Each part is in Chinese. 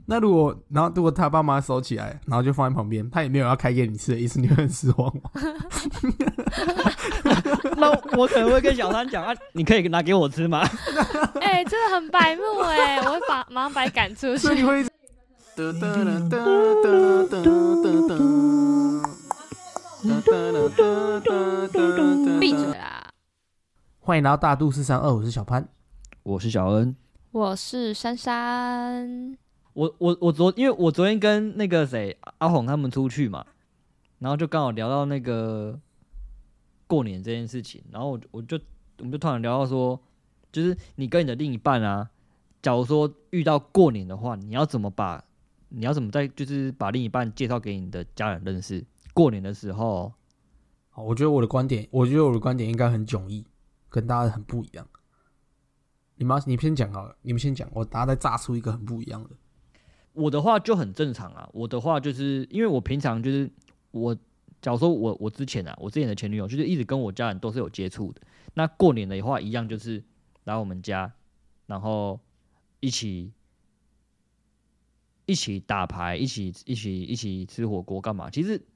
那如果他爸妈收起来，然后就放在旁边，他也没有要开给你吃的意思，你会很失望吗？ 那我可能会跟小三讲啊，你可以拿给我吃吗？ 真的很白目我会马上把你赶出去。 所以你会闭嘴啦！ 欢迎来到大肚432，我是小潘， 我是小恩， 我是珊珊。 因为我昨天跟那个谁阿红他们出去嘛，然后就刚好聊到那个过年这件事情，然后我们就突然聊到说，就是你跟你的另一半啊，假如说遇到过年的话，你要怎么再就是把另一半介绍给你的家人认识？过年的时候， 好，我觉得我的观点应该很迥异，跟大家很不一样。你先讲好了，你们先讲，我大家再炸出一个很不一样的。 我的话就很正常啊，我的话就是因为我平常就是假如说我之前的前女友就是一直跟我家人都是有接触的，那过年的话一样就是来我们家，然后一起打牌，一起吃火锅干嘛？其实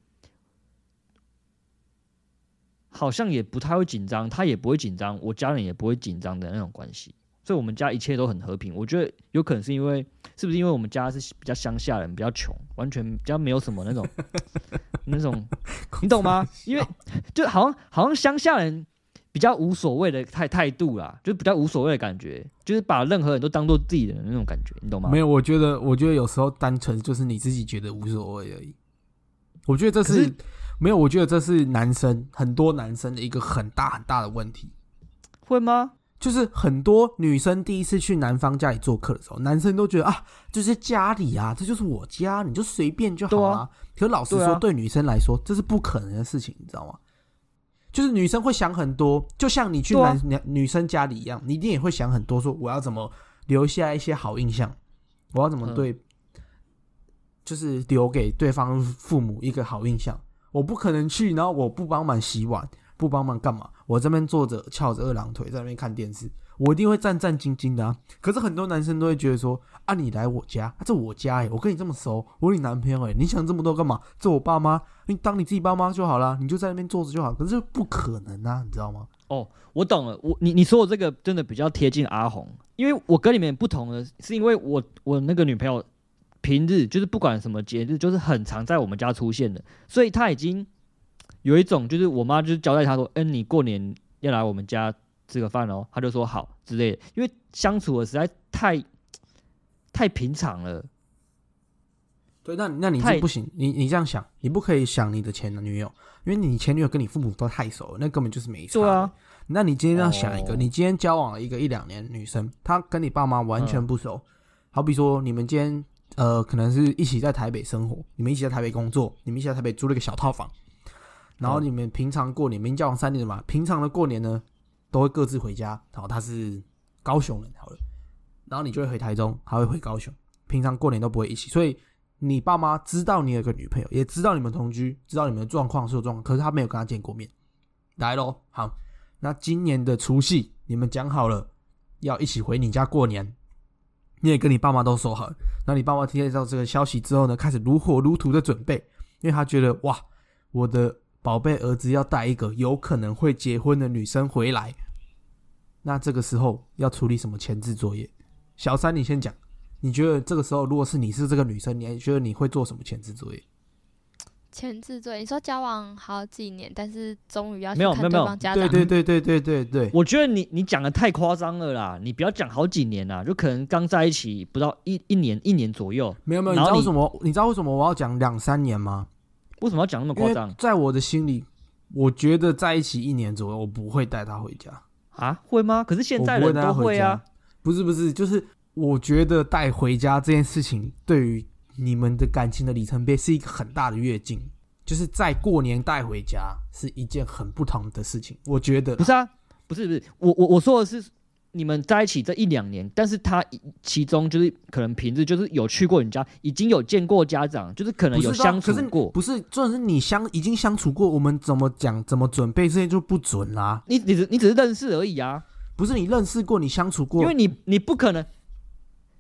好像也不太会紧张，他也不会紧张，我家人也不会紧张的那种关系，所以我们家一切都很和平。我觉得有可能是不是因为我们家是比较乡下人，比较穷，完全比较没有什么那种你懂吗？因为就好像乡下人比较无所谓的态度啦，就比较无所谓的感觉，就是把任何人都当做自己人的那种感觉，你懂吗？ 没有，我觉得有时候单纯就是你自己觉得无所谓而已。我觉得这是没有，我觉得这是很多男生的一个很大很大的问题。 会吗？ 就是很多女生第一次去男方家里做客的时候，男生都觉得啊，就是家里啊，这就是我家，你就随便就好啊。可是老实说，对女生来说，这是不可能的事情，你知道吗？就是女生会想很多，就像你去女生家里一样，你一定也会想很多，说我要怎么留下一些好印象，我要怎么就是留给对方父母一个好印象。我不可能去，然后我不帮忙洗碗，不帮忙干嘛？我这边坐着翘着二郎腿在那边看电视，我一定会战战兢兢的啊。可是很多男生都会觉得说啊，你来我家，这我家我跟你这么熟，我你男朋友你想这么多干嘛？这我爸妈，你当你自己爸妈就好了，你就在那边坐着就好。可是不可能啊，你知道吗？ 哦，我懂了。你说的这个真的比较贴近阿红，因为我跟你们不同的是，因为我那个女朋友平日就是不管什么节日，就是很常在我们家出现的，所以她已经有一种就是我妈就是交代她说，你过年要来我们家吃个饭哦，她就说好之类的，因为相处的实在太平常了。 对，那你就不行，你这样想，你不可以想你的前女友，因为你前女友跟你父母都太熟了，那根本就是没差。对啊，那你今天要想一个，你今天交往了一个1-2年的女生，她跟你爸妈完全不熟，好比说你们今天可能是一起在台北生活，你们一起在台北工作，你们一起在台北租了一个小套房，然后你们平常过年，明交往3年了嘛，平常的过年呢都会各自回家。然后他是高雄人好了，然后你就会回台中，他会回高雄，平常过年都不会一起，所以你爸妈知道你有个女朋友，也知道你们同居，知道你们的状况是有状况，可是他没有跟他见过面。来咯，好，那今年的除夕你们讲好了要一起回你家过年，你也跟你爸妈都说好了，然后你爸妈听到这个消息之后呢，开始如火如荼的准备，因为他觉得哇，我的宝贝儿子要带一个有可能会结婚的女生回来，那这个时候要处理什么前置作业？小三你先讲，你觉得这个时候如果是你是这个女生，你觉得你会做什么前置作业？ 前置作业，你说交往好几年，但是终于要去看对方家长。 对， 我觉得你讲的太夸张了啦，你不要讲好几年啦，就可能刚在一起不到一年左右。 没有，你知道为什么我要讲2-3年吗？ 为什么要讲那么夸张？ 在我的心里，我觉得在一起1年左右，我不会带她回家啊？会吗？可是现在人都会啊。 不是，就是我觉得带回家这件事情，对于你们的感情的里程碑是一个很大的跃进，就是在过年带回家是一件很不同的事情，我觉得。 不是啊，不是，我说的是你们在一起这1-2年，但是他其中就是可能平日就是有去过你家，已经有见过家长，就是可能有相处过。 不是，重点是你已经相处过，我们怎么讲怎么准备这些就不准啦。 你只是认识而已啊。 不是你认识过，你相处过， 因为你不可能。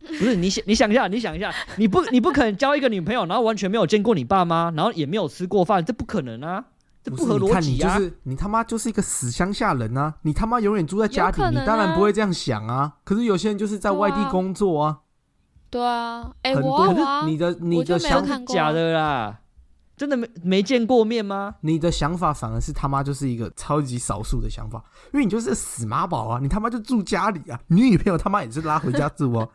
不是你想一下，你不可能交一个女朋友，然后完全没有见过你爸妈，然后也没有吃过饭，这不可能啊，这不合逻辑啊！ 你他妈就是一个死乡下人啊！你他妈永远住在家里，你当然不会这样想啊。可是有些人就是在外地工作啊。 对啊， 很多你的想法假的啦，真的没见过面吗？ 你的想法反而是他妈就是一个超级少数的想法，因为你就是死妈宝啊！你他妈就住家里啊，你女朋友他妈也是拉回家住啊。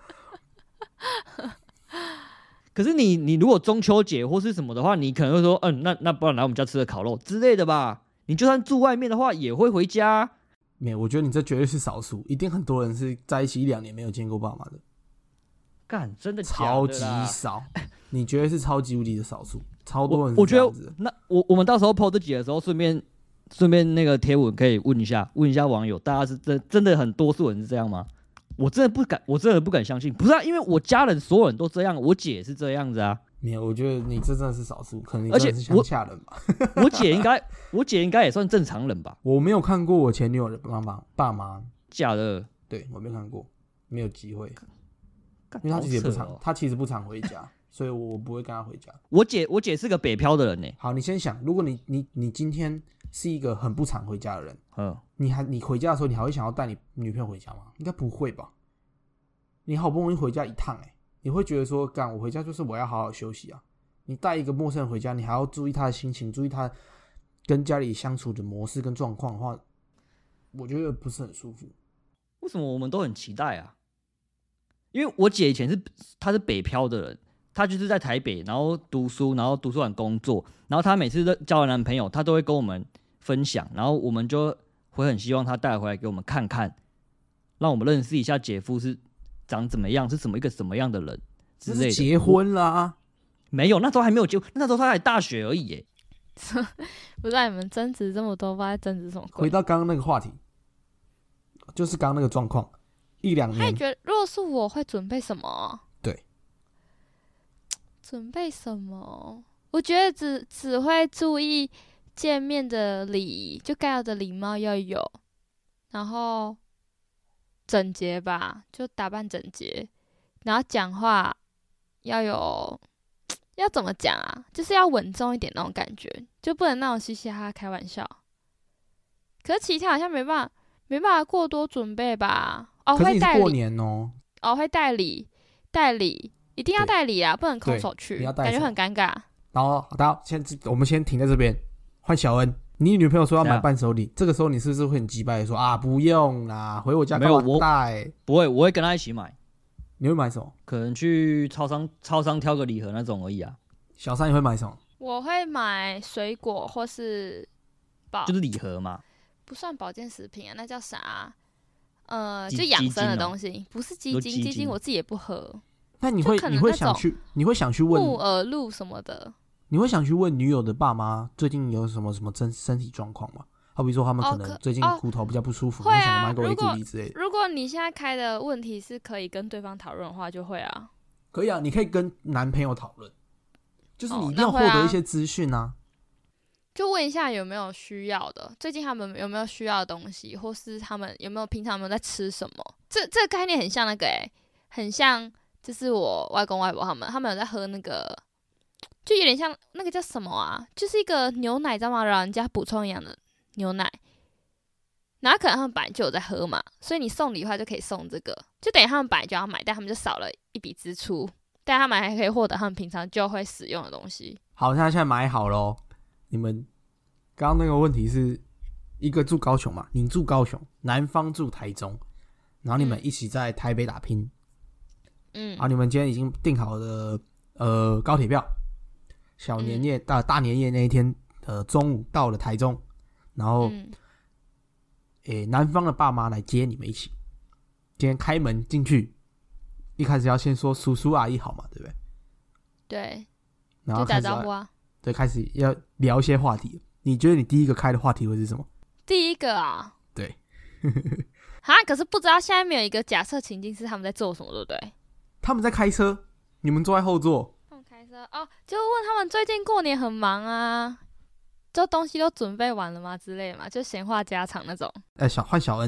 可是你如果中秋节或是什么的话，你可能会说，那不然来我们家吃个烤肉之类的吧？你就算住外面的话，也会回家。 没有，我觉得你这绝对是少数，一定很多人是在一起1-2年没有见过爸妈的。 干，真的假的超级少，你觉得是超级无敌的少数，超多人我觉是这样子的。 那我们到时候 PO 这集的时候，顺便那个贴文可以问一下网友，大家是真的很多数人是这样吗？我真的不敢相信。不是啊，因为我家人所有人都这样，我姐也是这样子啊。 没有，我觉得你这真的是少数，可能你真的是乡下人吧。 我姐应该也算正常人吧。 我没有看过我前女友的爸妈， 假的？ 对，我没看过，没有机会。因为他其实不常回家，所以我不会跟他回家。 我姐是个北漂的人呢。 好，你先想，如果你今天是一个很不常回家的人，你回家的时候，你还会想要带你女朋友回家吗？应该不会吧？你好不容易回家一趟，你会觉得说，干，我回家就是我要好好休息啊。你带一个陌生人回家，你还要注意他的心情，注意他跟家里相处的模式跟状况的话，我觉得不是很舒服。 为什么我们都很期待啊？因为我姐以前她是北漂的人，她就是在台北，然后读书，然后读书完工作，然后她每次交完男朋友，她都会跟我们分享，然后我们就会很希望她带回来给我们看看，让我们认识一下姐夫是长怎么样，是一个什么样的人之类的。 是结婚啦？ 没有，那时候还没有结婚，那时候她还大学而已耶。 不知道你们争执这么多，不知道在争执什么。 回到刚刚那个话题，就是刚刚那个状况。1-2年， 他也觉得，如果是我会准备什么？ 对， 准备什么？我觉得只会注意见面的礼仪，就该有的礼貌要有，然后整洁吧，就打扮整洁，然后讲话要有，要怎么讲啊？就是要稳重一点那种感觉，就不能那种嘻嘻哈哈开玩笑。可是其他好像没办法过多准备吧。 可是你是过年哦。 会带礼，一定要带礼啊，不能空手去，感觉很尴尬。 然后，好，我们先停在这边，换小恩。你女朋友说要买伴手礼，这个时候你是不是会很鸡掰说啊，不用啦，回我家干嘛带？ 不会，我会跟她一起买。 你会买什么？ 可能去超商挑个礼盒那种而已啊。 小三你会买什么？ 我会买水果或是就是礼盒嘛， 不算保健食品啊，那叫啥？就养生的东西，不是鸡精，我自己也不喝。 那你会想去问木耳露什么的？ 你会想去问女友的爸妈最近有什么身体状况吗？好比说他们可能最近骨头比较不舒服， 会想买个维骨力之类的。 如果你现在开的问题是可以跟对方讨论的话，就会啊。 可以啊，你可以跟男朋友讨论，就是你一定要获得一些资讯啊。 就问一下有没有需要的，最近他们有没有需要的东西，或是他们平常有没有在吃什么？这个概念很像那个很像，就是我外公外婆他们有在喝那个，就有点像那个叫什么啊？就是一个牛奶，知道吗？让人家补充营养的牛奶。然后可能他们本来就有在喝嘛，所以你送礼的话就可以送这个，就等于他们本来就要买，但他们就少了一笔支出，但他们还可以获得他们平常就会使用的东西。 好，现在买好咯。你们刚刚那个问题是一个住高雄嘛，你住高雄，男方住台中，然后你们一起在台北打拼，然后你们今天已经订好了高铁票，小年夜大年夜那一天中午到了台中，然后男方的爸妈来接你们一起，今天开门进去，一开始要先说叔叔阿姨好嘛，对不对？ 对， 然后就打招呼啊。 对，开始要聊一些话题。你觉得你第一个开的话题会是什么？ 第一个啊， 对， 可是不知道现在没有一个假设情境是他们在做什么，对不对？ 他们在开车，你们坐在后座。 他们开车哦，就问他们最近过年很忙啊，这东西都准备完了吗之类的嘛，就闲话家常那种。 换小恩，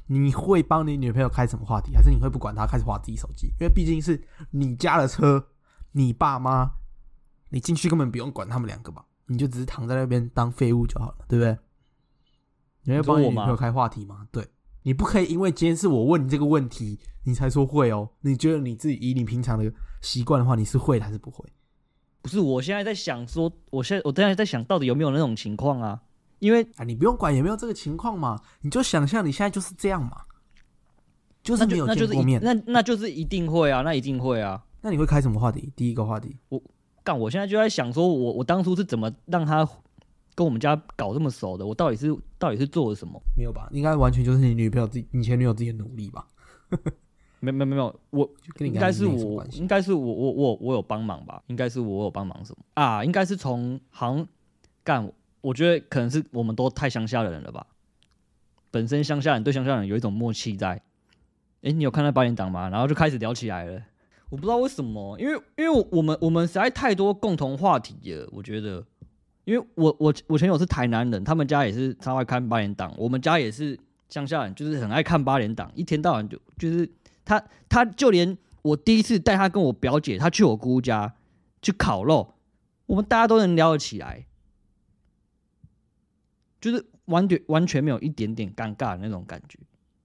你会帮你女朋友开什么话题，还是你会不管她开始滑自己手机？因为毕竟是你家的车，你爸妈，你进去根本不用管他们两个吧，你就只是躺在那边当废物就好了，对不对？你会帮你女朋友开话题吗？对，你不可以因为今天是我问你这个问题，你才说会哦。你觉得你自己以你平常的习惯的话，你是会还是不会？ 不是，我现在在想说，我现在在想到底有没有那种情况啊？因为你不用管有没有这个情况嘛，你就想象你现在就是这样嘛，就是没有见过面， 那就是一定会啊，那一定会啊。 那你会开什么话题？第一个话题， 我现在就在想说我当初是怎么让他跟我们家搞这么熟的？我到底是做了什么？ 没有吧？应该完全就是你女朋友你前女友自己的努力吧？ 没有，应该是我有帮忙吧？应该是我有帮忙什么啊？应该是从好像干。我觉得可能是我们都太乡下的人了吧，本身乡下人对乡下人有一种默契在。你有看到8点档吗？然后就开始聊起来了。我不知道为什么，因为我们实在太多共同话题了。我觉得，因为我前友是台南人，他们家也是超爱看8点档，我们家也是乡下人，就是很爱看8点档，一天到晚就是他就连我第一次带他跟我表姐，他去我姑家去烤肉，我们大家都能聊得起来。就是完全没有一点点尴尬的那种感觉，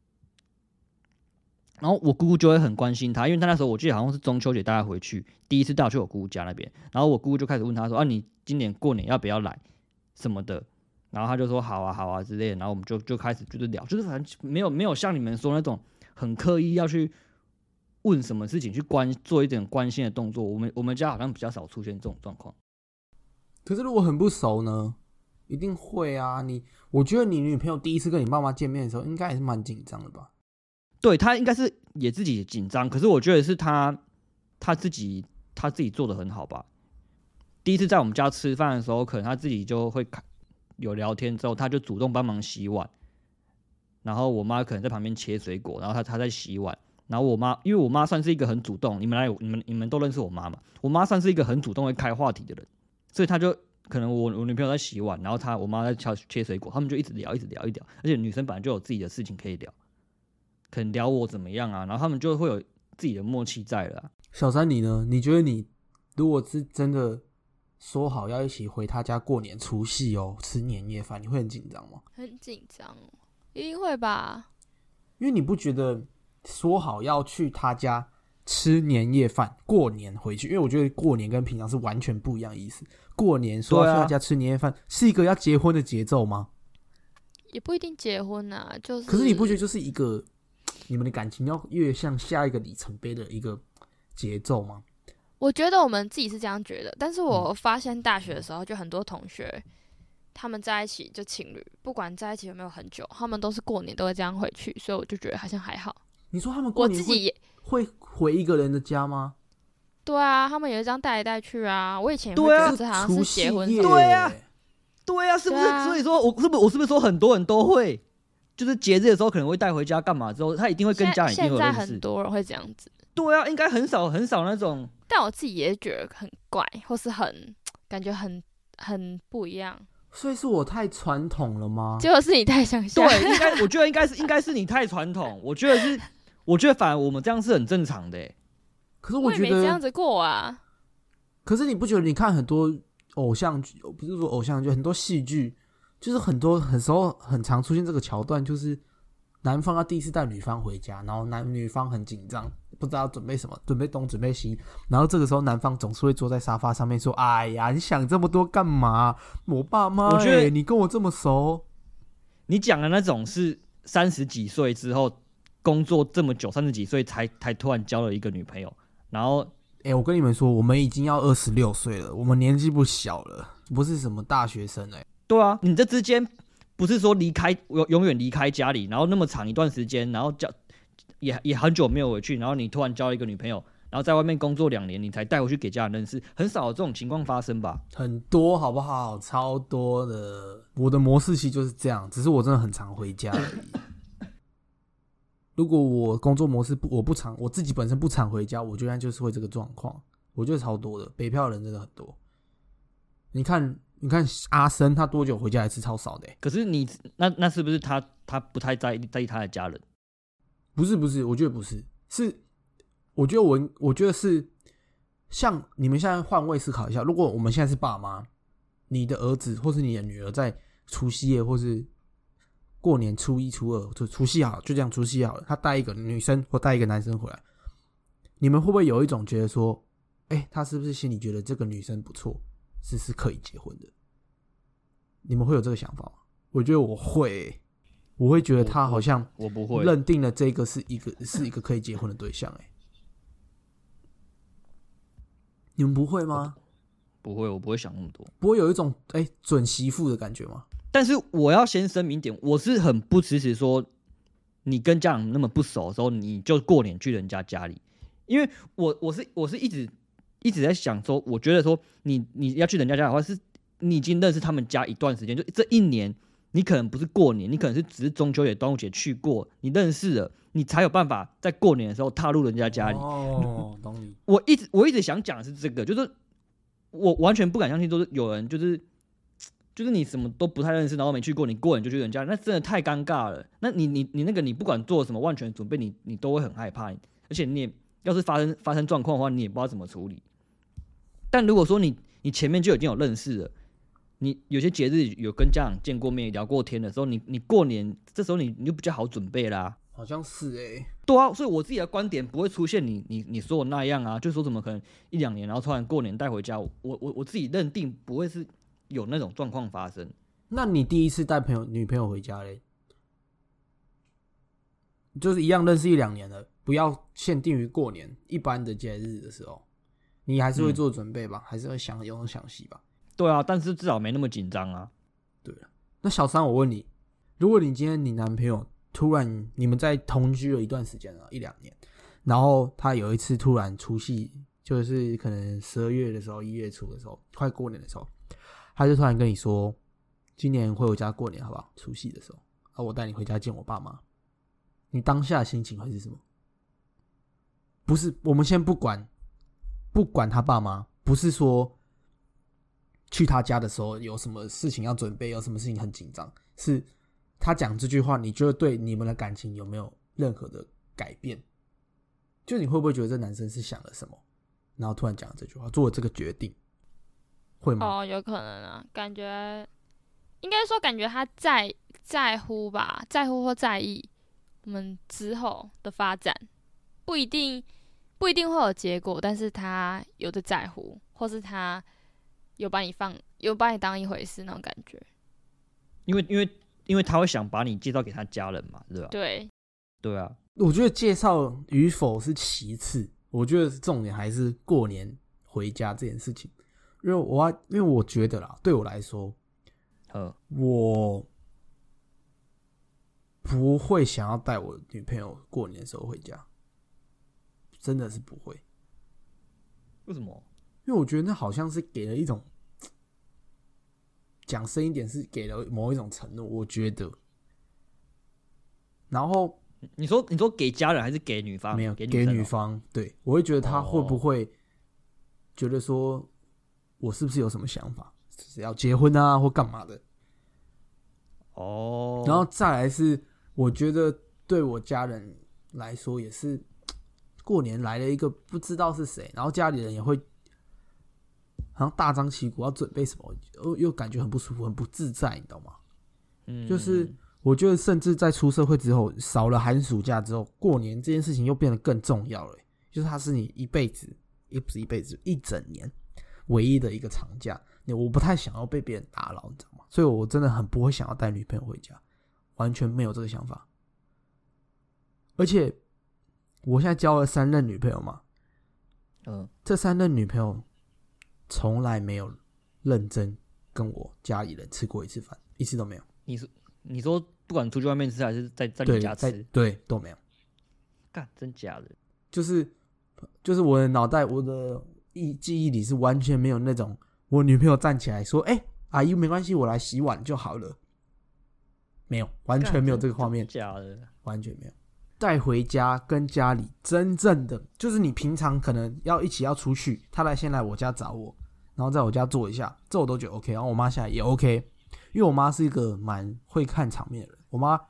然后我姑姑就会很关心他，因为他那时候我记得好像是中秋节带他回去，第一次带我去我姑姑家那边，然后我姑姑就开始问他说：“啊，你今年过年要不要来什么的？”然后他就说：“好啊，好啊之类的。”然后我们就开始就是聊，就是反正没有像你们说那种很刻意要去问什么事情去做一点关心的动作。我们家好像比较少出现这种状况。 可是如果很不熟呢？一定会啊！我觉得你女朋友第一次跟你爸妈见面的时候，应该也是蛮紧张的吧？ 对，她应该是也自己紧张，可是我觉得是她自己做得很好吧。第一次在我们家吃饭的时候，可能她自己就会有聊天之后，她就主动帮忙洗碗，然后我妈可能在旁边切水果，然后她在洗碗，然后因为我妈算是一个很主动，你们都认识我妈嘛，我妈算是一个很主动会开话题的人，所以她就。可能我女朋友在洗碗，然后我妈在切水果，他们就一直聊，而且女生本来就有自己的事情可以聊，可能聊我怎么样啊，然后他们就会有自己的默契在了啊。 小三你呢？你觉得你如果是真的说好要一起回他家过年除夕哦，吃年夜饭，你会很紧张吗？ 很紧张，一定会吧？ 因为你不觉得说好要去他家吃年夜饭，过年回去，因为我觉得过年跟平常是完全不一样的意思。过年说要去他家吃年夜饭，是一个要结婚的节奏吗？ 也不一定结婚啊，就是。 可是你不觉得就是一个你们的感情要越向下一个里程碑的一个节奏吗？ 我觉得我们自己是这样觉得，但是我发现大学的时候，就很多同学他们在一起就情侣，不管在一起有没有很久，他们都是过年都会这样回去，所以我就觉得好像还好。 你说他们过年我自己也会回一个人的家吗？ 对啊，他们也是这样带来带去啊。我以前也会觉得这好像是结婚。 对啊，是不是？所以说我是不是说很多人都会，就是节日的时候可能会带回家干嘛之后，他一定会跟家人一定有认识。 现在很多人会这样子。 对啊，应该很少那种。 但我自己也觉得很怪，或是感觉很不一样。 所以是我太传统了吗？ 结果是你太乡下。 对，我觉得应该是你太传统。我觉得反而我们这样是很正常的欸。 可是我觉得我也没这样子过啊。 可是你不觉得你看很多偶像剧，不是说偶像剧，很多戏剧，就是很时候很常出现这个桥段，就是男方要第一次带女方回家，然后女方很紧张，不知道准备什么，准备东准备西，然后这个时候男方总是会坐在沙发上面说：“哎呀，你想这么多干嘛？我爸妈，我觉得你跟我这么熟。” 你讲的那种是30几岁之后工作这么久，30几岁才突然交了一个女朋友。然后， 我跟你们说，我们已经要26岁了，我们年纪不小了，不是什么大学生对啊，你这之间不是说永远离开家里，然后那么长一段时间，然后也很久没有回去，然后你突然交了一个女朋友，然后在外面工作2年，你才带回去给家人认识，很少有这种情况发生吧？ 很多好不好？超多的。我的模式其实就是这样，只是我真的很常回家而已。如果我工作模式我自己本身不常回家，我觉得就是会这个状况。我觉得超多的，北漂的人真的很多。你看阿生他多久回家一次？超少的。 可是那是不是他不太在意他的家人？ 不是，我觉得不是，是我觉得是像你们现在换位思考一下，如果我们现在是爸妈，你的儿子或是你的女儿在除夕夜或是过年初一初二，就除夕好，就这样除夕好了，他带一个女生或带一个男生回来，你们会不会有一种觉得说，他是不是心里觉得这个女生不错，是可以结婚的？你们会有这个想法吗？我觉得我会我会觉得他好像我不会认定了这个是一个可以结婚的对象。你们不会吗？ 不会，我不会想那么多。 不会有一种准媳妇的感觉吗？ 但是我要先声明点，我是很不支持说你跟家长那么不熟的时候，你就过年去人家家里，因为我是一直在想说，我觉得说你要去人家家的话，是你已经认识他们家一段时间，就这一年，你可能不是过年，你可能是只是中秋节、端午节去过，你认识了，你才有办法在过年的时候踏入人家家里。 哦，懂你。 我一直想讲的是这个，就是我完全不敢相信，都是有人就是你什么都不太认识，然后没去过，你过年就去人家，那真的太尴尬了。那你那个你不管做什么万全准备，你都会很害怕，而且你也要是发生状况的话，你也不知道怎么处理。但如果说你前面就已经有认识了，你有些节日有跟家长见过面、聊过天的时候，你过年这时候你就比较好准备啦。 好像是对啊，所以我自己的观点不会出现你说的那样啊，就说怎么可能一两年，然后突然过年带回家，我自己认定不会是有那种状况发生。 那你第一次带女朋友回家嘞，就是一样认识一两年了，不要限定于过年，一般的节日的时候，你还是会做准备吧，还是会有种想戏吧。 对啊，但是至少没那么紧张啊。 对了，那小三，我问你，如果你今天你男朋友突然你们在同居了一段时间了，一两年，然后他有一次突然除夕，就是可能12月的时候、1月初的时候，快过年的时候，他就突然跟你说，今年回我家过年好不好？除夕的时候，我带你回家见我爸妈，你当下的心情会是什么？不是，我们先不管他爸妈，不是说去他家的时候有什么事情要准备，有什么事情很紧张，是他讲这句话，你觉得对你们的感情有没有任何的改变？就你会不会觉得这男生是想了什么，然后突然讲了这句话，做了这个决定，会吗？ 有可能啊，感觉应该说感觉他在乎吧，在乎或在意我们之后的发展，不一定会有结果，但是他有的在乎，或是他有把你当一回事那种感觉。 因为他会想把你介绍给他家人嘛，对吧？对啊， 我觉得介绍与否是其次，我觉得重点还是过年回家这件事情。因为我觉得啦，对我来说，我不会想要带我女朋友过年的时候回家，真的是不会。 为什么？ 因为我觉得那好像是给了一种，讲深一点是给了某一种承诺，我觉得。然后你说给家人还是给女方？ 没有，给女方。对，我会觉得他会不会觉得说我是不是有什么想法，是要结婚啊或干嘛的？然后再来是，我觉得对我家人来说也是，过年来了一个不知道是谁，然后家里人也会好像大张旗鼓要准备什么，又感觉很不舒服、很不自在，你知道吗？就是我觉得，甚至在出社会之后，少了寒暑假之后，过年这件事情又变得更重要了。就是它是你一辈子，也不是一辈子，一整年唯一的一个长假。我不太想要被别人打扰，你知道吗？所以我真的很不会想要带女朋友回家，完全没有这个想法。而且我现在交了3任女朋友嘛，这3任女朋友从来没有认真跟我家里人吃过一次饭，一次都没有。 你说不管出去外面吃还是在你家吃， 对，都没有。 干，真假的？ 就是我的脑袋，我的记忆里是完全没有那种我女朋友站起来说：“阿姨没关系，我来洗碗就好了。”没有，完全没有这个画面， 假的， 完全没有。带回家跟家里真正的，就是你平常可能一起要出去，他先来我家找我，然后在我家坐一下，这我都觉得 OK。然后我妈现在也 OK，因为我妈是一个蛮会看场面的人。我妈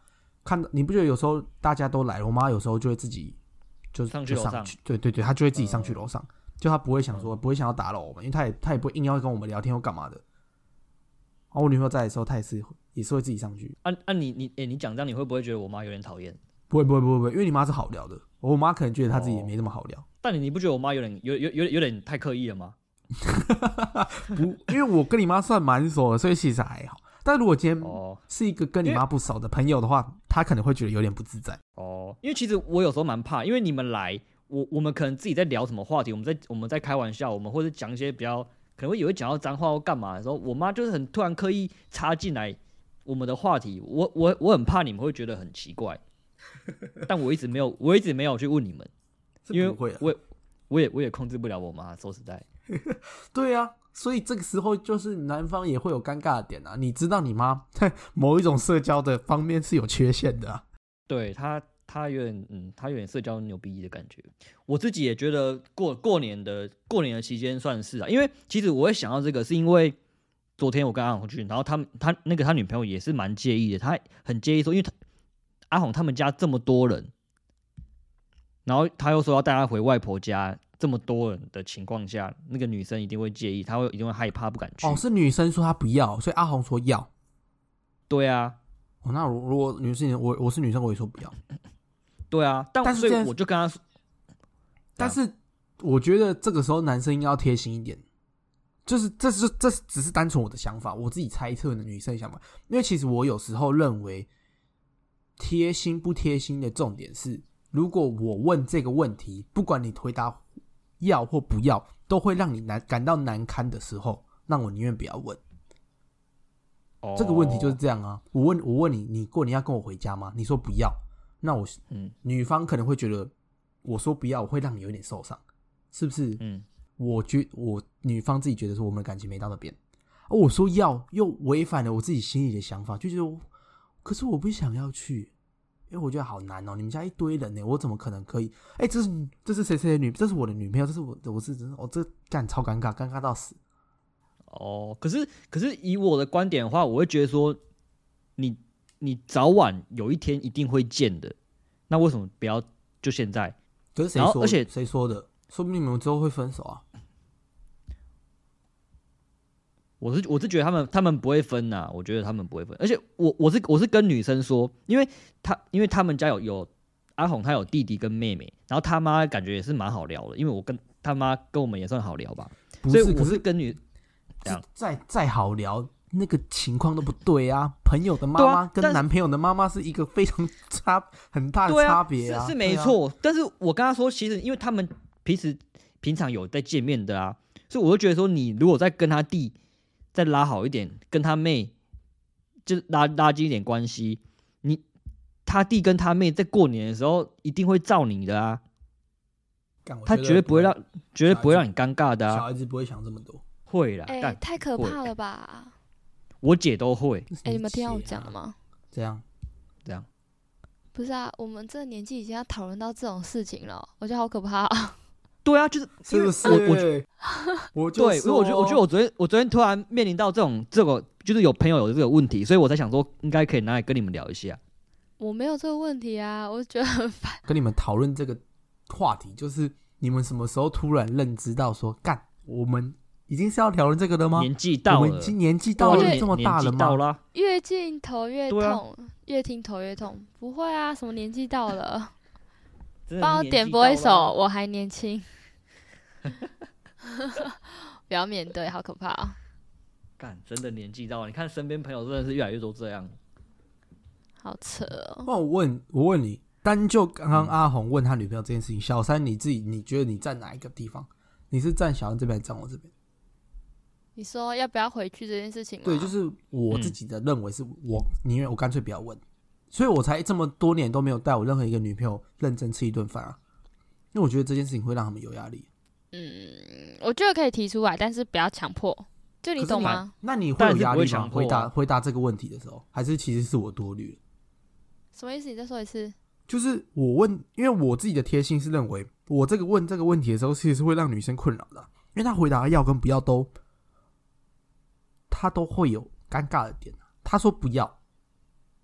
看到你不觉得有时候大家都来了，我妈有时候就会自己就上去楼上， 对对对，她就会自己上去楼上，就她不会想说不会想要打扰我们，因为她也不会硬要跟我们聊天或干嘛的。然后我女朋友在的时候，她也是会自己上去。 你讲这样，你会不会觉得我妈有点讨厌？ 不会，因为你妈是好聊的，我妈可能觉得她自己也没那么好聊。 但你不觉得我妈有点太刻意了吗？ 不，因为我跟你妈算蛮熟的，所以其实还好。但如果今天是一个跟你妈不熟的朋友的话，她可能会觉得有点不自在。 因为其实我有时候蛮怕，因为你们来，我们可能自己在聊什么话题，我们在开玩笑，我们或者讲一些比较可能也会讲到脏话或干嘛的时候，我妈就是很突然刻意插進來我们的话题，我很怕你们会觉得很奇怪，但我一直没有去问你们，因为我也控制不了我妈，说实在。 对啊，所以这个时候就是男方也会有尴尬的点啊。你知道你妈在某一种社交的方面是有缺陷的啊。 对，他有点社交牛逼的感觉。我自己也觉得过年的期间算是啊，因为其实我会想到这个，是因为昨天我跟阿宏去，然后他女朋友也是蛮介意的，他很介意说，因为阿宏他们家这么多人，然后他又说要带他回外婆家。这么多人的情况下，那个女生一定会介意，她一定会害怕，不敢去。 是女生说她不要，所以阿宏说要。 对啊， 那如果女生我是女生，我也说不要。 对啊，但所以我就跟她说， 但是我觉得这个时候男生应该要贴心一点，就是这只是单纯我的想法，我自己猜测的女生想法，因为其实我有时候认为贴心不贴心的重点是，如果我问这个问题，不管你回答要或不要，都会让你感到难堪的时候，那我宁愿不要问。这个问题就是这样啊。我问你，你过年要跟我回家吗？你说不要，那女方可能会觉得我说不要，我会让你有点受伤，是不是？我女方自己觉得说我们的感情没到那边，我说要又违反了我自己心里的想法，就觉得可是我不想要去。因为我觉得好难哦，你们家一堆人呢，我怎么可能可以？这是谁的女？这是我的女朋友，这是这干超尴尬到死。 可是以我的观点的话，我会觉得说，你早晚有一天一定会见的，那为什么不要就现在？ 可是谁说？而且谁说的？说不定你们之后会分手啊。 我是觉得他们不会分呐，我觉得他们不会分，而且我是跟女生说，因为他们家有阿宏，他有弟弟跟妹妹，然后他妈感觉也是蛮好聊的，因为我跟他妈跟我们也算好聊吧，所以我是跟再好聊，那个情况都不对啊。朋友的妈妈跟男朋友的妈妈是一个非常很大的差别啊， 是没错。但是我跟他说，其实因为他们平常有在见面的啊，所以我就觉得说，你如果再跟他弟再拉好一点，跟他妹就拉近一点关系，他弟跟他妹在过年的时候一定会罩你的啊，他绝对不会让你尴尬的啊。 小孩子不会想这么多， 会啦， 太可怕了吧？ 我姐都会。 你们听到我讲了吗？ 这样， 不是啊，我们这个年纪已经要讨论到这种事情了，我觉得好可怕啊。 对啊，就是是不是？我对，因为我觉得我昨天突然面临到这个，就是有朋友有这个问题，所以我才想说，应该可以拿来跟你们聊一下。 我没有这个问题啊，我觉得很烦。 跟你们讨论这个话题，就是你们什么时候突然认知到说，干，我们已经是要讨论这个了吗？ 年纪到了， 我们已经年纪到了，这么大了吗？ 越近头越痛，越听头越痛。不会啊，什么年纪到了？帮我点播一首《我还年轻》。不要面对，好可怕啊！ 干，真的年纪到了，你看身边朋友真的是越来越多这样， 好扯哦。 那我问你，单就刚刚阿宏问他女朋友这件事情，小三你觉得你站哪一个地方？你是站小三这边，还是站我这边？ 你说要不要回去这件事情吗？ 对，就是我自己的认为是我宁愿我干脆不要问，所以我才这么多年都没有带我任何一个女朋友认真吃一顿饭啊，因为我觉得这件事情会让他们有压力。 我觉得可以提出来，但是不要强迫，就你懂吗？ 那你会有压力吗？回答这个问题的时候，还是其实是我多虑了？ 什么意思？你再说一次。 就是我问，因为我自己的贴心是认为，我问这个问题的时候，其实是会让女生困扰的，因为她回答要跟不要她都会有尴尬的点。她说不要，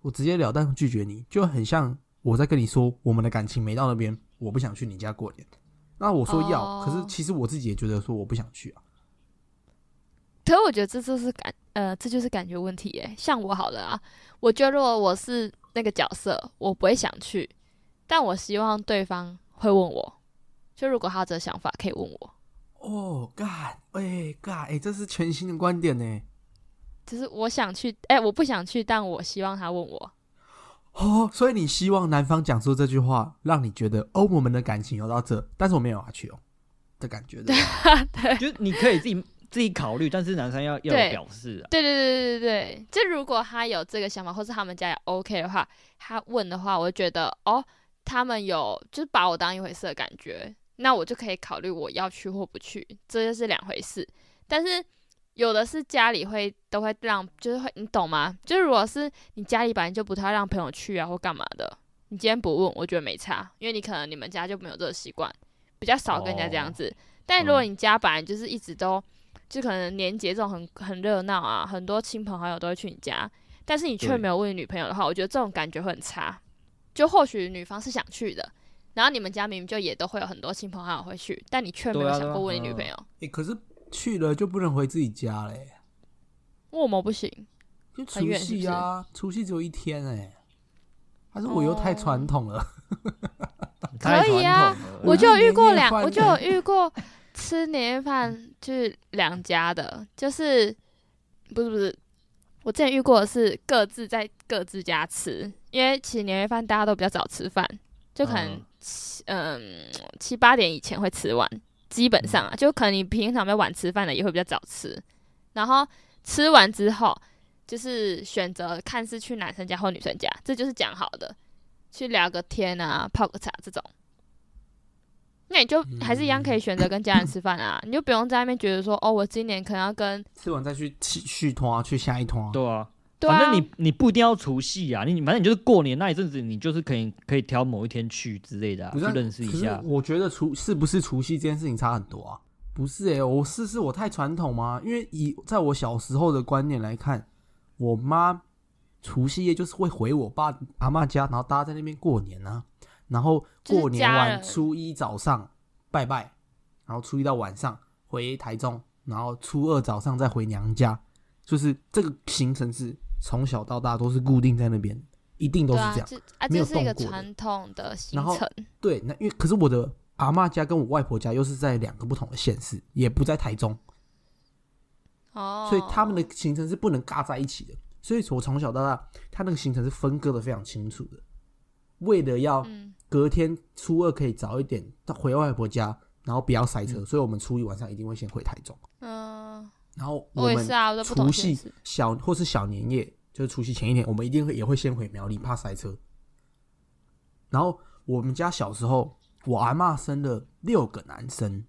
我直截了当拒绝你，就很像我在跟你说我们的感情没到那边，我不想去你家过年。那我说要，可是其实我自己也觉得说我不想去啊。 可是我觉得这就是感觉问题耶。像我好了啊，我觉得如果我是那个角色，我不会想去，但我希望对方会问我，就如果他有这个想法，可以问我。 哦，God，这是全新的观点呢。 就是我想去，我不想去，但我希望他问我。 哦，所以你希望男方讲出这句话，让你觉得哦，我们的感情有到这，但是我没有要去哦的感觉，对吧？ 对， 就是你可以自己考虑，但是男生要有表示啊。 对，就如果他有这个想法，或是他们家也 OK 的话，他问的话，我就觉得哦，他们有就是把我当一回事的感觉，那我就可以考虑我要去或不去，这就是两回事。但是有的是家里都会让，就是会，你懂吗？就是如果是你家里本来就不太让朋友去啊或干嘛的，你今天不问，我觉得没差，因为你可能你们家就没有这个习惯，比较少跟人家这样子。但如果你家本来就是一直都，就可能年节这种很热闹啊，很多亲朋好友都会去你家，但是你却没有问你女朋友的话，我觉得这种感觉会很差。就或许女方是想去的，然后你们家明明就也都会有很多亲朋好友会去，但你却没有想过问你女朋友。 可是去了就不能回自己家嘞。 为什么不行？ 就除夕啊，除夕只有一天还是我又太传统了？ 可以啊，我就有遇过吃年夜饭就是两家的，就是不是，我之前遇过的是各自在各自家吃，因为其实年夜饭大家都比较早吃饭，就可能7、8点以前会吃完，基本上啊，就可能你平常比较晚吃饭的也会比较早吃，然后吃完之后就是选择看是去男生家或女生家，这就是讲好的，去聊个天啊，泡个茶这种。那你就还是一样可以选择跟家人吃饭啊，你就不用在那边觉得说，哦，我今年可能要跟吃完再去续团，去下一团。 对啊，反正你不一定要除夕啊，反正你就是过年那一阵子，你就是可以挑某一天去之类的，去认识一下。 我觉得是不是除夕这件事情差很多啊？不是我太传统吗？因为在我小时候的观念来看，我妈除夕夜就是会回我爸阿嬷家，然后大家在那边过年啊。然后过年完初一早上拜拜，然后初一到晚上回台中，然后初二早上再回娘家，就是这个行程是从小到大都是固定在那边，一定都是这样，没有动过的。这是一个传统的行程。 对，那因为可是我的阿嬷家跟我外婆家又是在2个不同的县市，也不在台中，所以他们的行程是不能尬在一起的。所以我从小到大，他那个行程是分割的非常清楚的，为了要隔天初二可以早一点回外婆家，然后不要塞车，所以我们初一晚上一定会先回台中。然后我们除夕或是小年夜，就是除夕前一天，我们一定也会先回苗栗，怕塞车。然后我们家小时候，我阿嬷生了6个男生，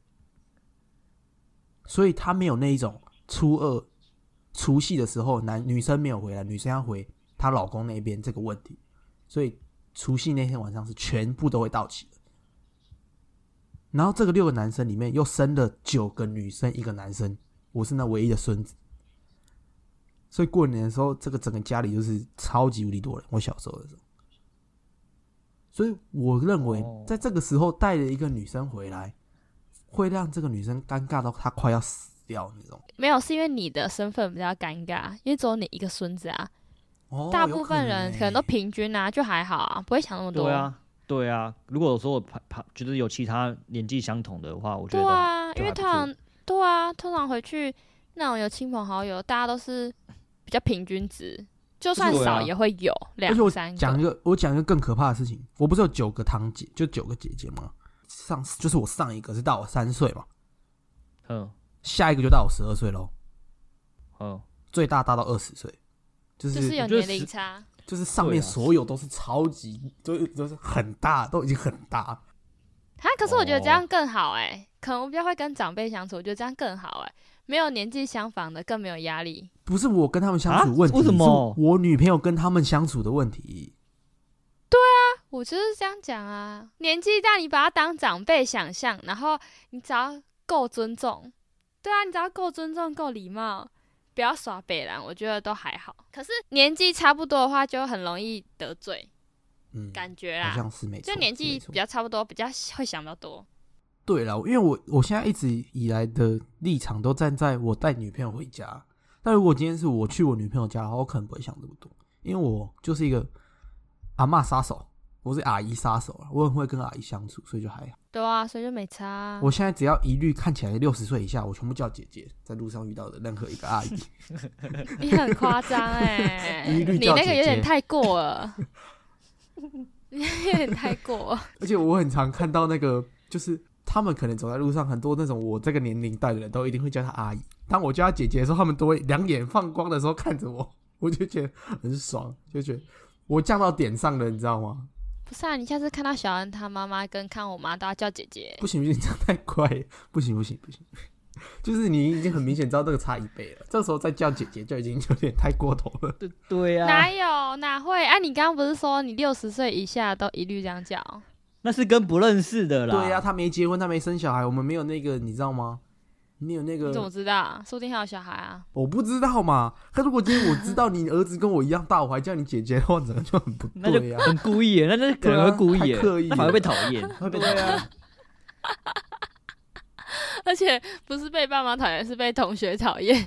所以她没有那一种初二除夕的时候女生没有回来，女生要回她老公那边这个问题，所以除夕那天晚上是全部都会到齐的。然后这个6个男生里面又生了9个女生1个男生，我是那唯一的孙子，所以过年的时候这个整个家里就是超级无敌多人，我小时候的时候。所以我认为在这个时候带了一个女生回来，会让这个女生尴尬到她快要死掉那种。 没有，是因为你的身份比较尴尬，因为只有你一个孙子啊。大部分人可能都平均啊，就还好啊，不会想那么多。 对啊，如果说我就是有其他年纪相同的话，我觉得对啊，因为通常回去那种有亲朋好友，大家都是比较平均值，就算少也会有2、3个。 我讲一个更可怕的事情，我不是有9个堂姐，就9个姐姐吗？就是我上一个是大我3岁嘛，下一个就大我12岁咯，最大到20岁，就是有年龄差。 就是上面所有都是超级，就是很大，都已经很大。 可是我觉得这样更好可能我比较会跟长辈相处，我觉得这样更好没有年纪相仿的，更没有压力。 不是我跟他们相处问题， 为什么？ 是我女朋友跟他们相处的问题。 对啊，我就是这样讲啊。年纪大，你把他当长辈想象，然后你只要够尊重，对啊，你只要够尊重、够礼貌， 不要耍北兰，我觉得都还好。可是年纪差不多的话，就很容易得罪，感觉啦， 好像是没错， 就年纪比较差不多，比较会想比较多。 对啦，因为我现在一直以来的立场都站在我带女朋友回家，但如果今天是我去我女朋友家的话，我可能不会想这么多，因为我就是一个阿嬷杀手，我是阿姨杀手啦，我很会跟阿姨相处，所以就还好。 对啊，所以就没差啊。 我现在只要一律看起来60岁以下，我全部叫姐姐。在路上遇到的任何一个阿姨， 你很夸张哎，你那个有点太过了，你有点太过了。 而且我很常看到那个，就是他们可能走在路上，很多那种我这个年龄代的人都一定会叫她阿姨。当我叫她姐姐的时候，他们都会两眼放光的时候看着我，我就觉得很爽，就觉得我降到点上了，你知道吗？ 不是啊，你下次看到小恩他妈妈跟看我妈都要叫姐姐。 不行，这样太快了，不行，就是你已经很明显知道这个差1倍了，这时候再叫姐姐就已经有点太过头了。 对啊， 哪有哪会啊？你刚刚不是说你60岁以下都一律这样叫？ 那是跟不认识的啦。 对啊，他没结婚，他没生小孩，我们没有那个，你知道吗？你有那个？ 你怎么知道？说不定还有小孩啊！ 我不知道嘛。可如果今天我知道你儿子跟我一样大，我还叫你姐姐的话，整个就很不对啊， 很故意耶，那可能会故意耶， 刻意， 那反而会被讨厌， 会被讨厌。 而且不是被爸妈讨厌，是被同学讨厌。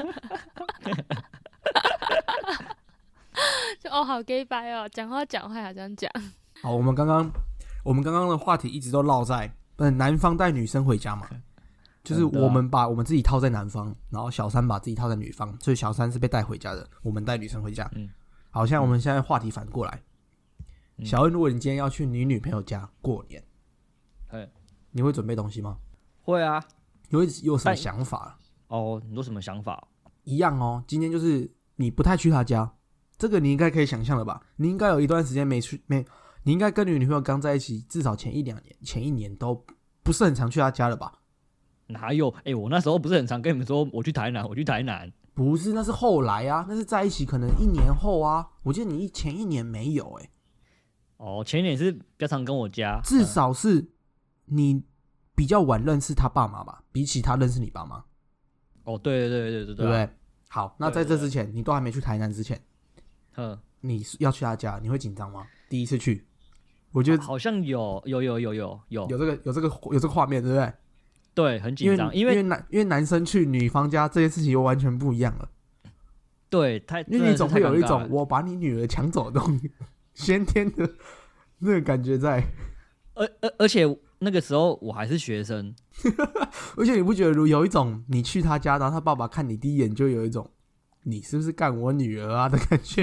就好 gay 掰哦，讲话还这样讲。 好，我们刚刚的话题一直都绕在男方带女生回家嘛。就是我们把我们自己套在男方，然后小三把自己套在女方，所以小三是被带回家的，我们带女生回家。好，像我们现在话题反过来，小恩，如果你今天要去你女朋友家过年，你会准备东西吗？ 会啊。 你会有什么想法？ 哦，你有什么想法？ 一样哦，今天就是你不太去他家，这个你应该可以想象了吧？你应该有一段时间没，你应该跟你女朋友刚在一起，至少前一年都不是很常去他家了吧？ 哪有？我那时候不是很常跟你们说我去台南。 不是，那是后来啊，那是在一起可能1年后啊。我记得你前1年没有前1年是比较常跟我家， 至少是你比较晚认识他爸妈吧，比起他认识你爸妈。 对， 对不对？好，那在这之前，你都还没去台南之前，你要去他家，你会紧张吗？第一次去，我觉得好像有这个画面，对不对？ 对，很紧张，因为男生去女方家这件事情又完全不一样了。 对， 因为你总会有一种我把你女儿抢走的东西，先天的那个感觉在。 而且那个时候我还是学生， 而且你不觉得有一种你去他家，然后他爸爸看你第一眼就有一种你是不是干我女儿啊的感觉？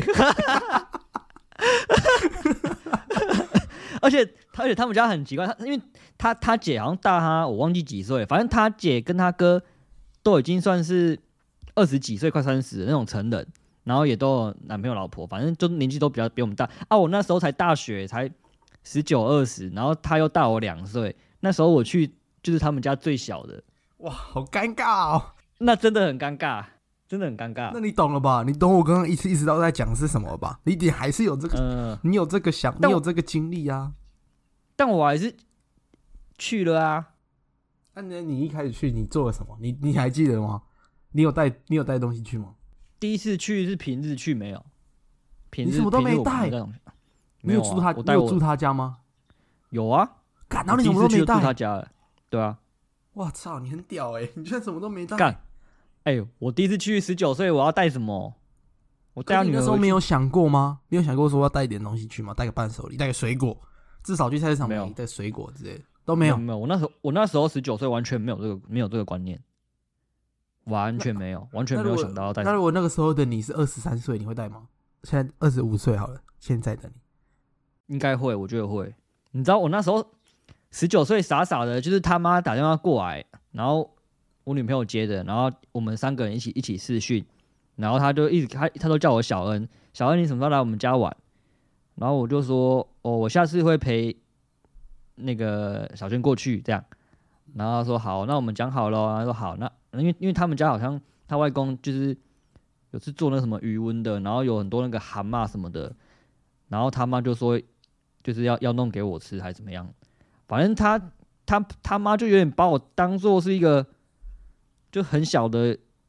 而且他们家很奇怪，因为他姐好像大他，我忘记几岁，反正他姐跟他哥都已经算是20几岁，快30的那种成人，然后也都有男朋友老婆，反正就年纪都比我们大啊。我那时候才大学，才19、20，然后他又大我2岁，那时候我去就是他们家最小的， 哇，好尴尬哦！ 那真的很尴尬。真的很尴尬。 那你懂了吧？你懂我刚刚一直都在讲是什么吧？你一定还是有这个，你有这个你有这个经历啊。 但我还是去了啊。 那你一开始去，你做了什么？你还记得吗？你有带东西去吗？ 第一次去是平日去，没有。 你什么都没带？ 没有住他？你有住他家吗？ 有啊。 然后你什么都没带？ 住他家了。对啊。 哇操，你很屌你居然什么都没带。 干。我第一次去19岁，我要带什么？我带女儿。 你那时候没有想过吗？没有想过说要带一点东西去吗？带个伴手礼，带个水果，至少去菜市场买带水果之类的都没有。 没有，我那时候19岁，完全没有这个观念，完全没有想到要带。 那如果那个时候的你是23岁，你会带吗？现在25岁好了，现在的你应该会，我觉得会。你知道我那时候19岁，傻傻的，就是他妈打电话过来，然后我女朋友接的，然后我们3个人一起视讯，然后他就一直他都叫我小恩，你什么时候来我们家玩？然后我就说我下次会陪那个小娟过去这样。然后他说好，那我们讲好了。他说好，那因为他们家好像他外公就是有是做那什么鱼温的，然后有很多那个蛤蟆什么的，然后他妈就说就是要弄给我吃还是怎么样，反正他妈就有点把我当做是一个就很小的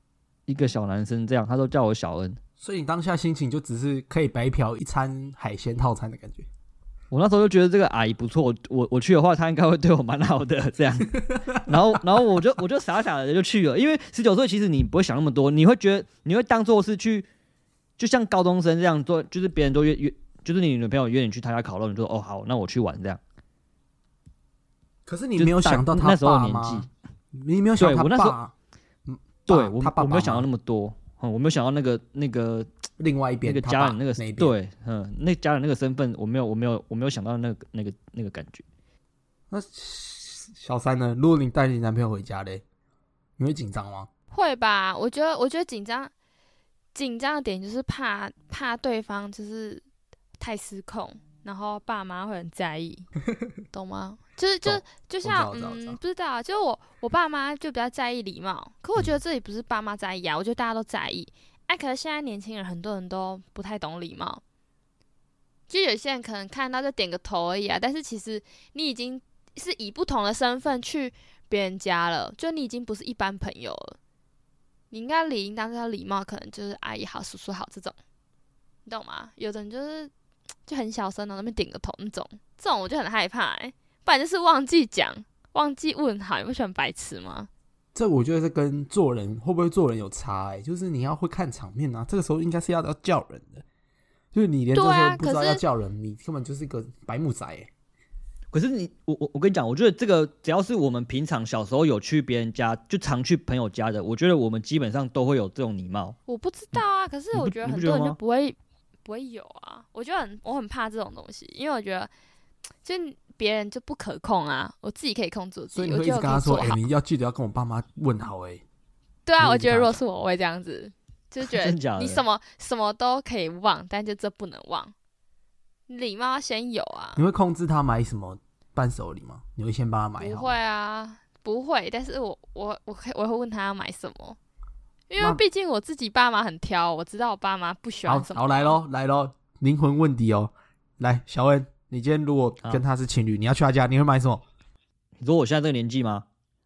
一个小男生这样，他都叫我小恩。 所以你当下心情就只是可以白嫖一餐海鲜套餐的感觉。 我那时候就觉得这个阿姨不错，我去的话，她应该会对我蛮好的这样。然后我就傻傻的就去了，因为19岁其实你不会想那么多，你会觉得你会当做是去，就像高中生这样做，就是别人都约，就是你女朋友约你去她家烤肉，你就说哦好，那我去玩这样。 可是你没有想到他那时候爸吗？你没有想到他爸？ 对，我没有想到那么多。我没有想到那个另外一边那个家人那个对， 那家人那个身份，我没有想到那个感觉。 那小三呢？如果你带你男朋友回家嘞，你会紧张吗？ 会吧，我觉得紧张的点就是怕对方就是太失控，然后爸妈会很在意，懂吗？就像不知道，就是我爸妈就比较在意礼貌，可我觉得这里不是爸妈在意啊，我觉得大家都在意。可是现在年轻人很多人都不太懂礼貌，就有些人可能看到就点个头而已啊，但是其实你已经是以不同的身份去别人家了，就你已经不是一般朋友了，你应该理应当要礼貌，可能就是阿姨好、叔叔好这种，你懂吗？有的人就很小声的那边点个头那种，这种我就很害怕不然就是忘记讲、忘记问好，你不喜欢白痴吗？ 这我觉得是跟做人会不会做人有差就是你要会看场面啊，这个时候应该是要叫人的，就是你连这时候不知道要叫人，你根本就是一个白目仔可是我跟你讲，我觉得这个只要是我们平常小时候有去别人家，就常去朋友家的，我觉得我们基本上都会有这种礼貌。 我不知道啊，可是我觉得很多人就不会有啊。我觉得我很怕这种东西，因为我觉得就别人就不可控啊，我自己可以控制我自己。 所以你会一直跟他说，你要记得要跟我爸妈问好对啊，我觉得如果是我会这样子，就是觉得你什么都可以忘，但就这不能忘。礼貌要先有啊。 你会控制他买什么伴手礼吗？你会先帮他买好？ 不会啊，不会。但是我会问他要买什么，因为毕竟我自己爸妈很挑，我知道我爸妈不喜欢什么。 好，来咯，灵魂问题哦。来，小恩，你今天如果跟他是情侣，你要去他家，你会买什么？ 你说我现在这个年纪吗？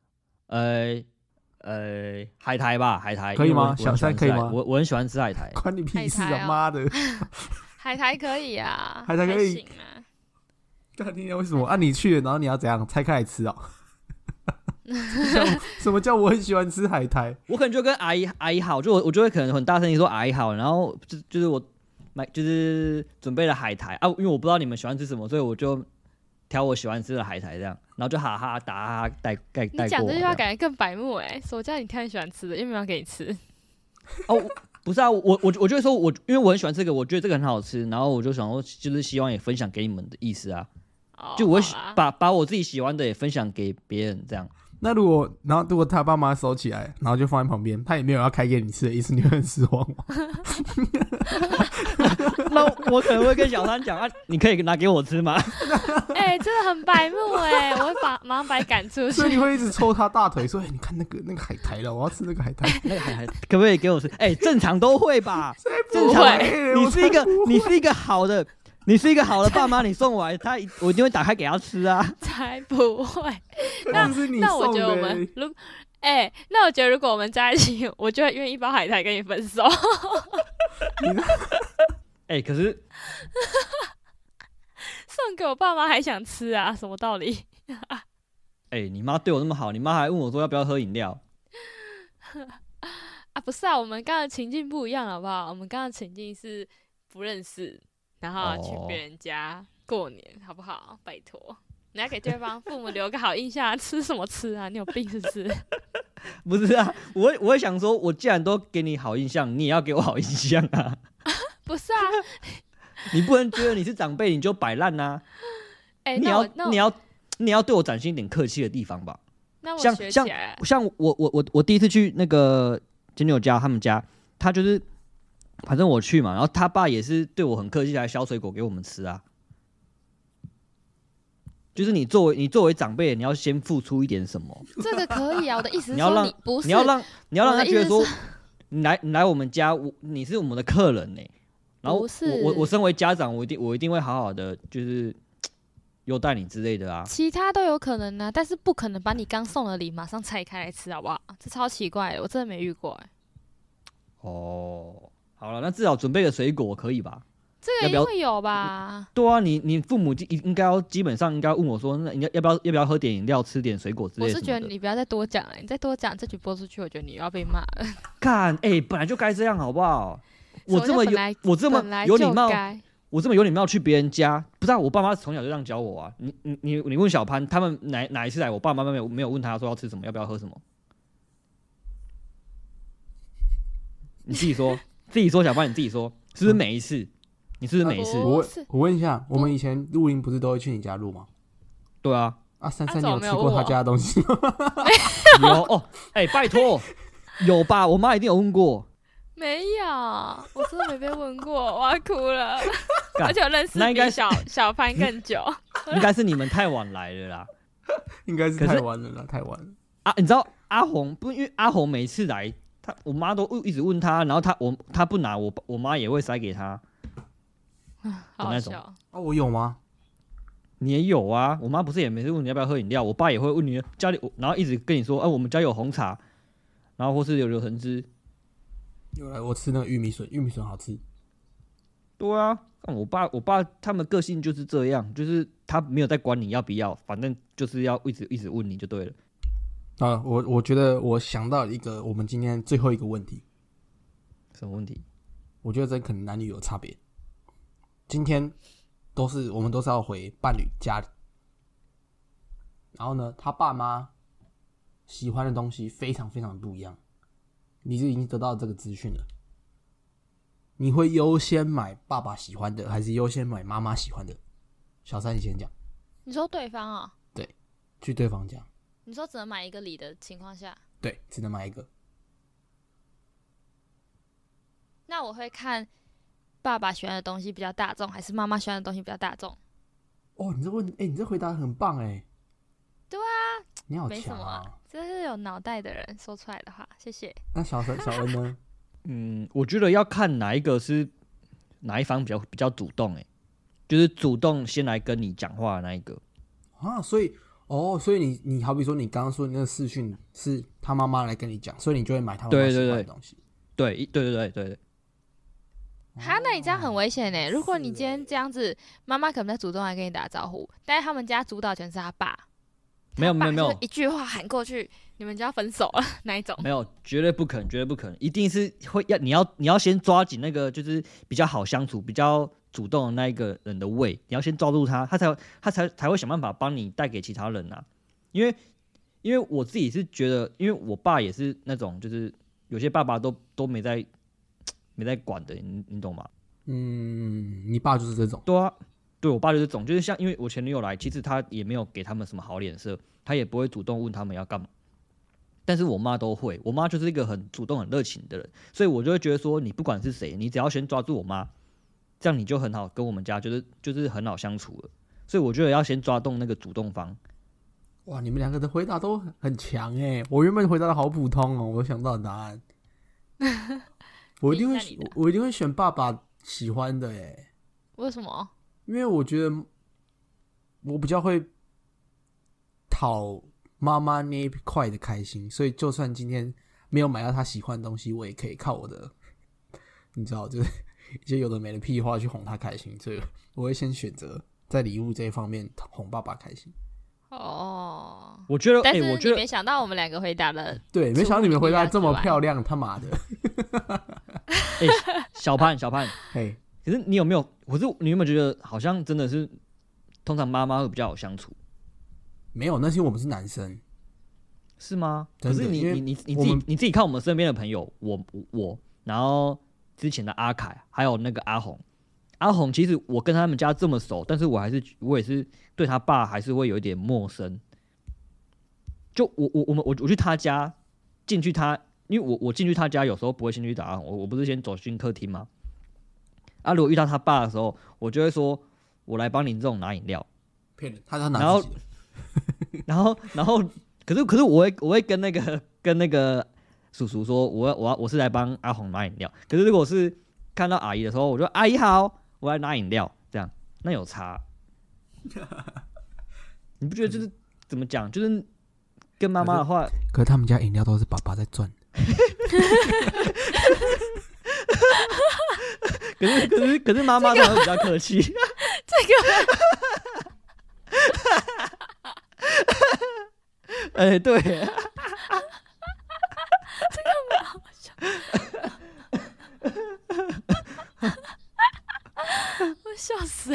海苔吧，海苔可以吗？小三可以吗？ 我很喜欢吃海苔。 关你屁事啊！妈的， 海苔可以啊， 海苔可以行啊。 干你为什么？你去了，然后你要怎样拆开来吃什么叫我很喜欢吃海苔？ 我可能就跟阿姨好，我就会可能很大声地说阿姨好，然后就是我就是准备了海苔啊，因为我不知道你们喜欢吃什么，所以我就挑我喜欢吃的海苔这样，然后就哈哈打哈哈带过。 你讲这句话感觉更白目说我叫你挑你喜欢吃的，又没有给你吃。 不是啊，我就会说因为我很喜欢这个，我觉得这个很好吃，然后我就想说就是希望也分享给你们的意思啊。就我把我自己喜欢的也分享给别人这样。 那如果他爸妈收起来，然后就放在旁边，他也没有要开给你吃的意思，你会很失望吗？ 那我可能会跟小三讲啊，你可以拿给我吃吗？ 真的很白目我会马上把你赶出去。 所以你会一直抽他大腿说，你看那个海苔了，我要吃那个海苔。 那个海苔可不可以给我吃？正常都会吧。 正常你是一个好的。你是一个好的爸妈，你送我来，我一定会打开给他吃啊。 才不会。 那我觉得我们那我觉得如果我们在一起，我就会愿意把海苔跟你分手。 可是送给我爸妈还想吃啊？什么道理？ 你妈对我那么好，你妈还问我说要不要喝饮料。 不是啊，我们刚刚的情境不一样，好不好？我们刚刚的情境是不认识。然后去别人家过年，好不好？拜托，你要给对方父母留个好印象。吃什么吃啊？你有病是不是？ 不是啊，我会想说，我既然都给你好印象，你也要给我好印象啊。 不是啊， 你不能觉得你是长辈你就摆烂啊。你要对我展现一点客气的地方吧。 那我学起来像我第一次去那个前女友家，他们家，他就是。反正我去嘛，然后他爸也是对我很客气，还削水果给我们吃啊。就是你作为长辈，你要先付出一点什么。 这个可以啊，我的意思是说你要让他觉得说，你来我们家，你是我们的客人然后我身为家长，我一定会好好的就是优待你之类的啊。 其他都有可能啊，但是不可能把你刚送的礼马上拆开来吃，好不好？这超奇怪的，我真的没遇过哦，好了，那至少准备个水果可以吧？ 这个一定会有吧？ 对啊，你父母应该基本上应该问我说，那你要不要喝点饮料，吃点水果之类的。 我是觉得你不要再多讲了，你再多讲这局播出去，我觉得你要被骂了。 看，本来就该这样，好不好？我这么有礼貌，我这么有礼貌去别人家，不是啊？我爸妈从小就这样教我啊。你问小潘，他们哪一次来，我爸妈没有问他说要吃什么，要不要喝什么？你自己说，小潘，你自己说，是不是每一次？你是不是每一次？ 我问一下，我们以前录音不是都会去你家录吗？ 对啊。 珊珊，你有吃过他家的东西吗？ 有哦，拜托，有吧？我妈一定有问过。 没有，我真的没被问过，我要哭了。而且我认识比小潘更久。 应该是你们太晚来了啦。 应该是太晚了啦，太晚了。 啊，你知道阿红不？因为阿红每次来，我妈都一直问他，然后他不拿，我妈也会塞给他。 好好笑啊！我有吗？ 你也有啊！我妈不是也每次问你要不要喝饮料，我爸也会问你家里，然后一直跟你说，我们家有红茶，然后或是有柳橙汁。 有来，我吃那个玉米笋，玉米笋好吃。 对啊，我爸他们个性就是这样，就是他没有在管你要不要，反正就是要一直问你就对了。 啊，我觉得我想到一个我们今天最后一个问题。 什么问题？ 我觉得这可能男女有差别。今天我们都是要回伴侣家里，然后呢，他爸妈喜欢的东西非常非常不一样，你是已经得到这个资讯了。你会优先买爸爸喜欢的，还是优先买妈妈喜欢的？小三，你先讲。 你说对方啊？ 对，去对方讲。 你说只能买一个礼的情况下？ 对，只能买一个。 那我会看爸爸喜欢的东西比较大众，还是妈妈喜欢的东西比较大众？ 哦，你这回答很棒哎。 对啊， 你好强啊！ 没什么，这是有脑袋的人说出来的话，谢谢。 那小恩呢？ 我觉得要看哪一方比较主动就是主动先来跟你讲话的那一个啊。所以你好比说你刚刚说那个视讯是他妈妈来跟你讲，所以你就会买他妈妈喜欢的东西。 对。 哈，那你这样很危险呢。如果你今天这样子，妈妈可能在主动来跟你打招呼，但是他们家主导权是他爸。 没有， 一句话喊过去，你们就要分手了那一种。 没有，绝对不可能，一定是你要先抓紧那个就是比较好相处、比较主动的那一个人的胃，你要先抓住他，他才会想办法帮你带给其他人啊。因为我自己是觉得，因为我爸也是那种就是有些爸爸都没在管的，你懂吗？ 你爸就是这种。 对啊。对，我爸就是这种，就是像因为我前女友来，其实他也没有给他们什么好脸色，他也不会主动问他们要干嘛，但是我妈都会，我妈就是一个很主动、很热情的人，所以我就会觉得说，你不管是谁，你只要先抓住我妈，这样你就很好跟我们家就是很好相处了，所以我觉得要先抓动那个主动方。 哇，你们两个的回答都很强哎！我原本回答的好普通哦，我想到的答案，我一定会选爸爸喜欢的哎。 为什么？ 因为我觉得我比较会讨妈妈那一块的开心，所以就算今天没有买到她喜欢的东西，我也可以靠我的，你知道，就是一些有的没的屁话去哄她开心，所以我会先选择在礼物这一方面哄爸爸开心。 哦， 我觉得， 但是你没想到我们两个回答的， 对，没想到你们回答这么漂亮，他妈的！ 小潘， 嘿。 可是你有没有觉得好像真的是，通常妈妈会比较好相处？ 没有，那是因为我们是男生， 是吗？可是你自己看我们身边的朋友，我，然后之前的阿凯，还有那个阿红，其实我跟他们家这么熟，但是我也是对他爸还是会有一点陌生。就我去他家，进去他，因为我进去他家有时候不会先去找阿红，我不是先走进客厅吗？如果遇到他爸的时候，我就会说：“我来帮你这种拿饮料。” 骗人，他拿自己的。然后，可是我会跟那个叔叔说，我是来帮阿红拿饮料。可是如果是看到阿姨的时候，我就阿姨好，我来拿饮料，这样那有差。你不觉得就是怎么讲？就是跟妈妈的话， 可是他们家饮料都是爸爸在赚。 可是妈妈她会比较客气。 这个哎，对， 这个蛮好笑，我笑死了。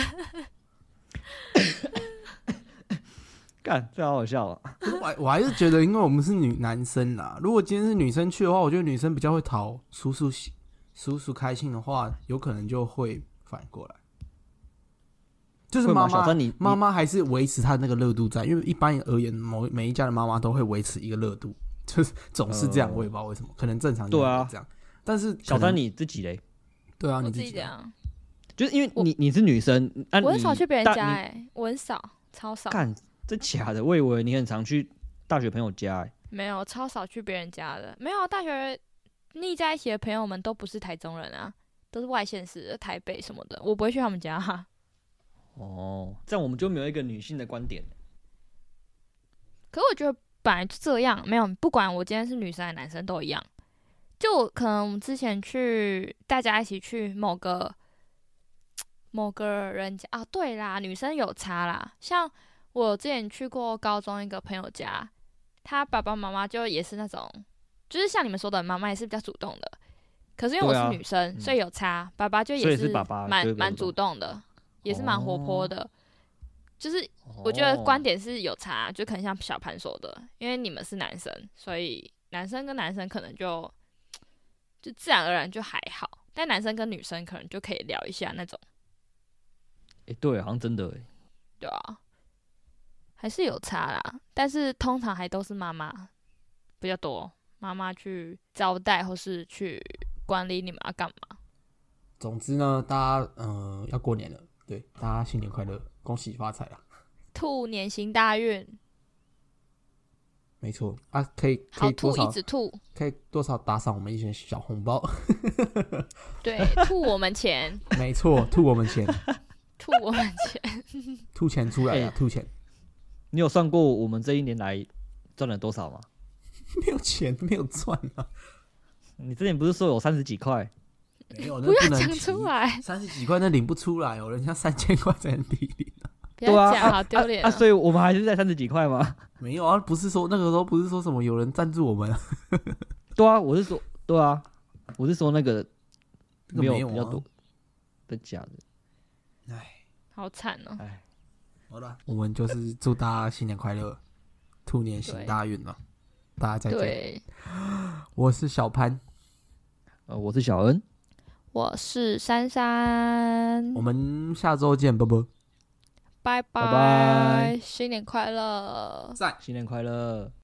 干，这好好笑啊！ 我还是觉得，因为我们是男生啦，如果今天是女生去的话，我觉得女生比较会讨叔叔开心的话，有可能就会反过来，就是妈妈还是维持她的那个热度在，因为一般而言，每一家的妈妈都会维持一个热度，就是总是这样，我也不知道为什么，可能正常就这样。但是小三你自己嘞？ 对啊， 我你自己这样， 就是因为你是女生， 我很少去别人家我很少，超少。 干，真假的？我以为你很常去大学朋友家没有，超少去别人家的。没有，大学腻在一起的朋友们都不是台中人啊，都是外县市的，台北什么的，我不会去他们家哈。 哦，这样我们就没有一个女性的观点。 可是我觉得本来就这样，没有，不管我今天是女生还是男生都一样。就可能我们之前去大家一起去某个人家啊，对啦，女生有差啦。像我之前去过高中一个朋友家，他爸爸妈妈就也是那种，就是像你们说的，妈妈也是比较主动的。可是因为我是女生，所以有差，爸爸就也是蛮主动的，也是蛮活泼的。就是我觉得观点是有差，就可能像小潘说的，因为你们是男生，所以男生跟男生可能就自然而然就还好，但男生跟女生可能就可以聊一下那种。 对，好像真的对啊，还是有差啦，但是通常还都是妈妈比较多，妈妈去招待或是去管理你们要干嘛。 总之呢，大家要过年了，对，大家新年快乐，恭喜发财啦！ 兔年行大运， 没错啊，可以吐一直吐， 可以多少打赏我们一些小红包。 对，吐我们钱， 没错，吐我们钱， 吐我们钱， 吐钱出来啊，吐钱。 你有算过我们这一年来赚了多少吗？ 没有钱，没有赚啊！ 你之前不是说有30几块？ 没有，那不要能讲出来。 30几块那领不出来哦，人家3000块才能领。 不要讲，好丢脸。 所以我们还是在30几块吗？ 没有啊，不是说那个时候不是说什么有人赞助我们。 对啊，我是说那个没有比较多的假的。 哎， 好惨哦。 哎， 好了，我们就是祝大家新年快乐，兔年行大运了，大家再见。 对， 我是小潘， 我是小恩， 我是珊珊， 我们下周见，啵啵， 拜拜拜， 新年快乐， 新年快乐。